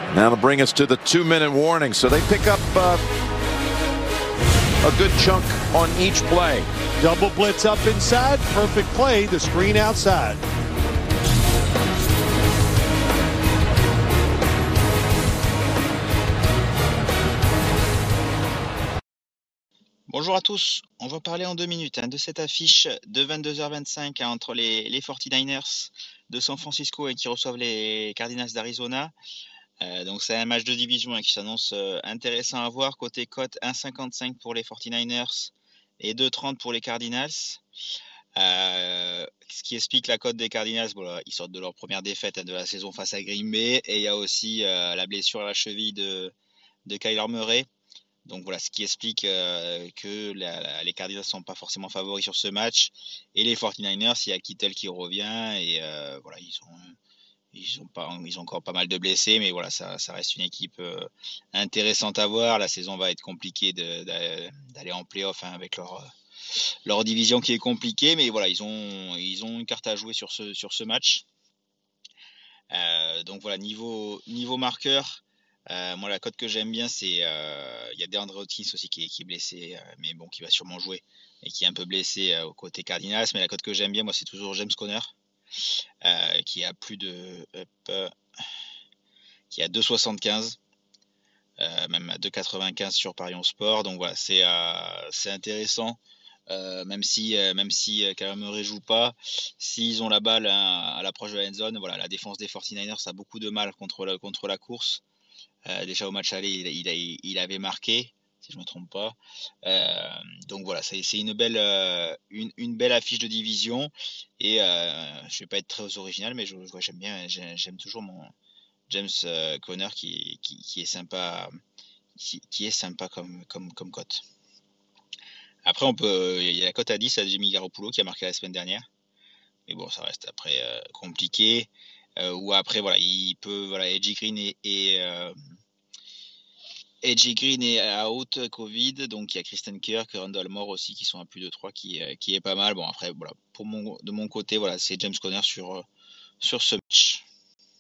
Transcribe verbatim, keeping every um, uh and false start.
Now to bring us to the two-minute warning. So they pick up uh, a good chunk on each play. Double blitz up inside. Perfect play. The screen outside. Bonjour à tous, on va parler en deux minutes hein, de cette affiche de vingt-deux heures vingt-cinq hein, entre les, les forty-niners de San Francisco et qui reçoivent les Cardinals d'Arizona. Euh, donc c'est un match de division hein, qui s'annonce euh, intéressant à voir. Côté cote un virgule cinquante-cinq pour les forty-niners et deux virgule trente pour les Cardinals. Euh, ce qui explique la cote des Cardinals, bon, là, ils sortent de leur première défaite hein, de la saison face à Green Bay et il y a aussi euh, la blessure à la cheville de, de Kyler Murray. Donc voilà, ce qui explique euh, que la, la, les Cardinals ne sont pas forcément favoris sur ce match. Et les forty-niners, il y a Kittle qui revient. Et euh, voilà, ils ont, ils, ont pas, ils ont encore pas mal de blessés. Mais voilà, ça, ça reste une équipe euh, intéressante à voir. La saison va être compliquée de, de, d'aller en playoff hein, avec leur, leur division qui est compliquée. Mais voilà, ils ont, ils ont une carte à jouer sur ce, sur ce match. Euh, donc voilà, niveau, niveau marqueur. Euh, moi, la cote que j'aime bien, c'est euh, il y a DeAndre Hopkins aussi qui est, qui est blessé, euh, mais bon, qui va sûrement jouer et qui est un peu blessé euh, au côté Cardinals. Mais la cote que j'aime bien, moi, c'est toujours James Conner, euh, qui a plus de, hop, euh, qui a deux virgule soixante-quinze, euh, même à deux virgule quatre-vingt-quinze sur Parion Sport. Donc voilà, c'est euh, c'est intéressant. Euh, même si euh, même si euh, Kyler Murray joue pas, s'ils ont la balle hein, à l'approche de la end zone, voilà, la défense des forty-niners a beaucoup de mal contre la, contre la course. Euh, déjà au match aller, il, il, il avait marqué, si je ne me trompe pas. Euh, donc voilà, c'est, c'est une, belle, euh, une, une belle affiche de division. Et euh, je ne vais pas être très original, mais je, je, j'aime bien, j'aime, j'aime toujours mon James euh, Conner qui, qui, qui est sympa, qui, qui est sympa comme, comme, comme cote. Après, on peut, il y a la cote à dix à Jimmy Garoppolo qui a marqué la semaine dernière. Mais bon, ça reste après euh, compliqué. Euh, ou après, voilà, il peut, voilà, Edgy Green et, et euh, A J Green est out Covid, donc il y a Kristen Kirk, Randall Moore aussi qui sont à plus de trois qui, qui est pas mal. Bon après voilà, pour mon, de mon côté voilà, c'est James Conner sur, sur ce match.